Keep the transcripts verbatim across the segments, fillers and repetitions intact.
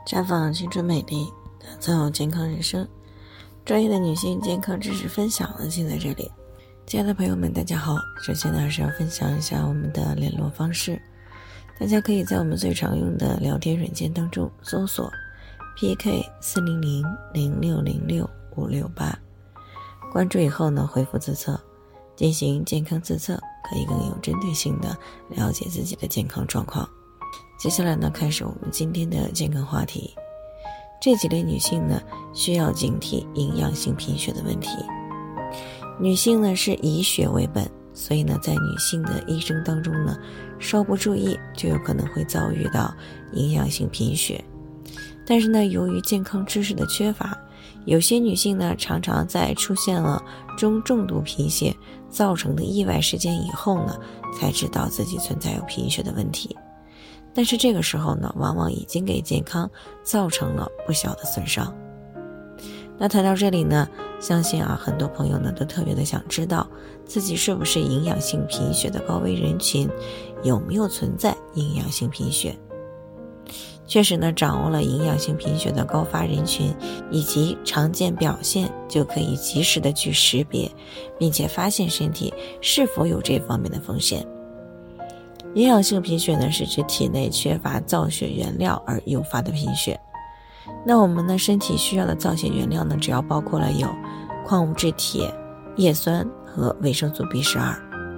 绽放青春美丽，打造健康人生。专业的女性健康知识分享呢，就在这里。亲爱的朋友们，大家好。首先呢，还是要分享一下我们的联络方式。大家可以在我们最常用的聊天软件当中搜索 P K 四零零零六零六五六八，关注以后呢，回复自测，进行健康自测，可以更有针对性的了解自己的健康状况。接下来呢，开始我们今天的健康话题。这几类女性呢，需要警惕营养性贫血的问题。女性呢是以血为本，所以呢，在女性的一生当中呢，稍不注意就有可能会遭遇到营养性贫血。但是呢，由于健康知识的缺乏，有些女性呢，常常在出现了中重度贫血造成的意外事件以后呢，才知道自己存在有贫血的问题。但是这个时候呢，往往已经给健康造成了不小的损伤。那谈到这里呢，相信啊，很多朋友呢都特别的想知道自己是不是营养性贫血的高危人群，有没有存在营养性贫血。确实呢，掌握了营养性贫血的高发人群以及常见表现，就可以及时的去识别，并且发现身体是否有这方面的风险。营养性贫血呢，是指体内缺乏造血原料而诱发的贫血。那我们呢，身体需要的造血原料呢，主要包括了有矿物质铁、叶酸和维生素 B 十二。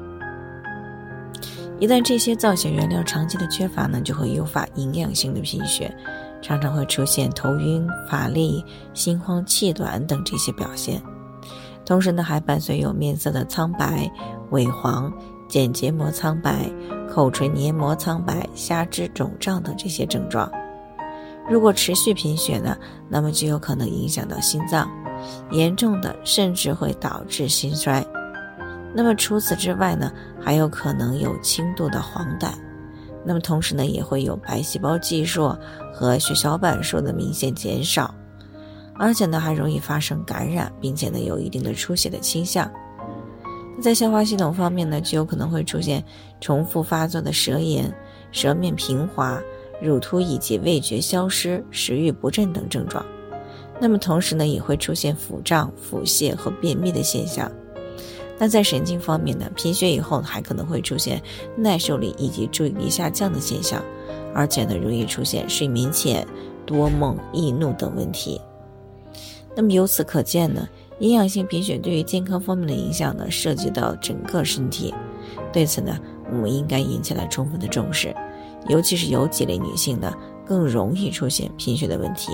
一旦这些造血原料长期的缺乏呢，就会诱发营养性的贫血，常常会出现头晕、乏力、心慌、气短等这些表现。同时呢，还伴随有面色的苍白、萎黄、睑结膜苍白、口唇黏膜苍白、下肢肿胀等这些症状。如果持续贫血呢，那么就有可能影响到心脏，严重的甚至会导致心衰。那么除此之外呢，还有可能有轻度的黄疸，那么同时呢，也会有白细胞计数和血小板数的明显减少，而且呢，还容易发生感染，并且呢，有一定的出血的倾向。在消化系统方面呢，就有可能会出现重复发作的舌炎、舌面平滑、乳突以及味觉消失、食欲不振等症状。那么同时呢，也会出现腹胀、腹泻和便秘的现象。那在神经方面呢，贫血以后还可能会出现耐受力以及注意力下降的现象，而且呢，容易出现睡眠浅、多梦、易怒等问题。那么由此可见呢，营养性贫血对于健康方面的影响呢，涉及到整个身体。对此呢，我们应该引起来充分的重视，尤其是有几类女性呢，更容易出现贫血的问题。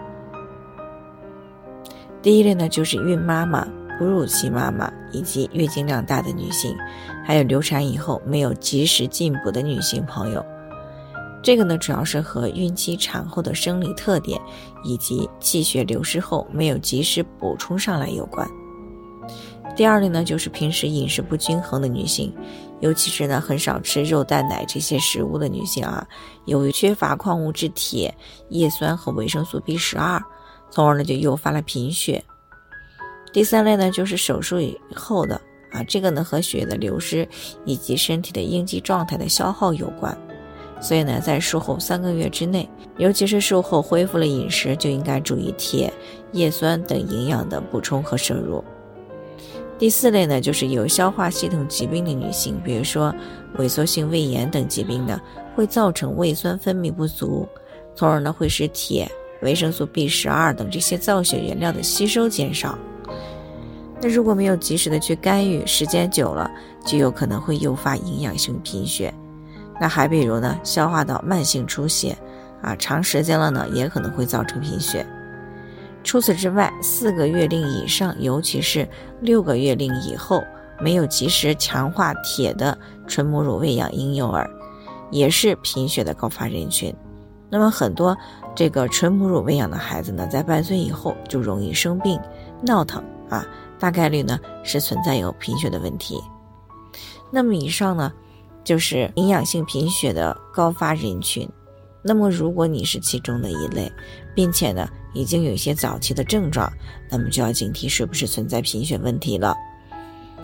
第一类呢，就是孕妈妈、哺乳期妈妈以及月经量大的女性，还有流产以后没有及时进补的女性朋友。这个呢，主要是和孕期产后的生理特点以及气血流失后没有及时补充上来有关。第二类呢，就是平时饮食不均衡的女性，尤其是呢很少吃肉蛋奶这些食物的女性啊，由于缺乏矿物质铁、叶酸和维生素 B 十二， 从而呢就诱发了贫血。第三类呢，就是手术以后的啊，这个呢和血的流失以及身体的应激状态的消耗有关。所以呢，在术后三个月之内，尤其是术后恢复了饮食，就应该注意铁、叶酸等营养的补充和摄入。第四类呢，就是有消化系统疾病的女性，比如说萎缩性胃炎等疾病呢，会造成胃酸分泌不足，从而呢会使铁、维生素 B 十二 等这些造血原料的吸收减少。那如果没有及时的去干预，时间久了，就有可能会诱发营养性贫血。那还比如呢，消化道慢性出血啊，长时间了呢，也可能会造成贫血。除此之外，四个月龄以上，尤其是六个月龄以后，没有及时强化铁的纯母乳喂养婴幼儿，也是贫血的高发人群。那么很多这个纯母乳喂养的孩子呢，在半岁以后就容易生病、闹腾啊，大概率呢是存在有贫血的问题。那么以上呢，就是营养性贫血的高发人群。那么如果你是其中的一类，并且呢已经有一些早期的症状，那么就要警惕是不是存在贫血问题了。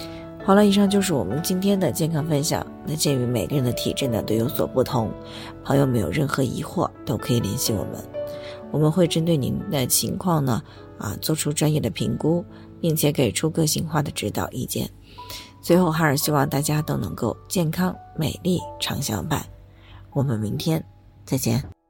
好了，以上就是我们今天的健康分享。那鉴于每个人的体质呢都有所不同，朋友们有任何疑惑都可以联系我们，我们会针对您的情况呢啊做出专业的评估，并且给出个性化的指导意见。最后还是希望大家都能够健康美丽常相伴。我们明天再见。